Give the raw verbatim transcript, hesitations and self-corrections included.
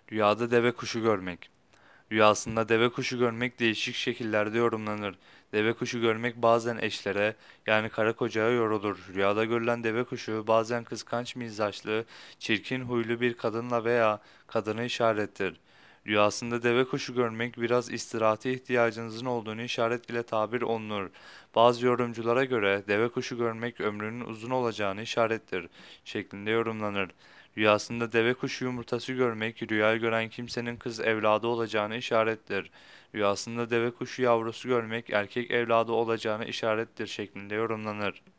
Rüyada deve kuşu görmek. Rüyasında deve kuşu görmek değişik şekillerde yorumlanır. Deve kuşu görmek bazen eşlere, yani karı kocaya yorulur. Rüyada görülen deve kuşu bazen kıskanç mizaçlı, çirkin huylu bir kadınla veya kadını işarettir. Rüyasında deve kuşu görmek biraz istirahate ihtiyacınızın olduğunu işaret ile tabir olunur. Bazı yorumculara göre deve kuşu görmek ömrünün uzun olacağını işarettir şeklinde yorumlanır. Rüyasında deve kuşu yumurtası görmek, rüyayı gören kimsenin kız evladı olacağını işarettir. Rüyasında deve kuşu yavrusu görmek, erkek evladı olacağını işarettir şeklinde yorumlanır.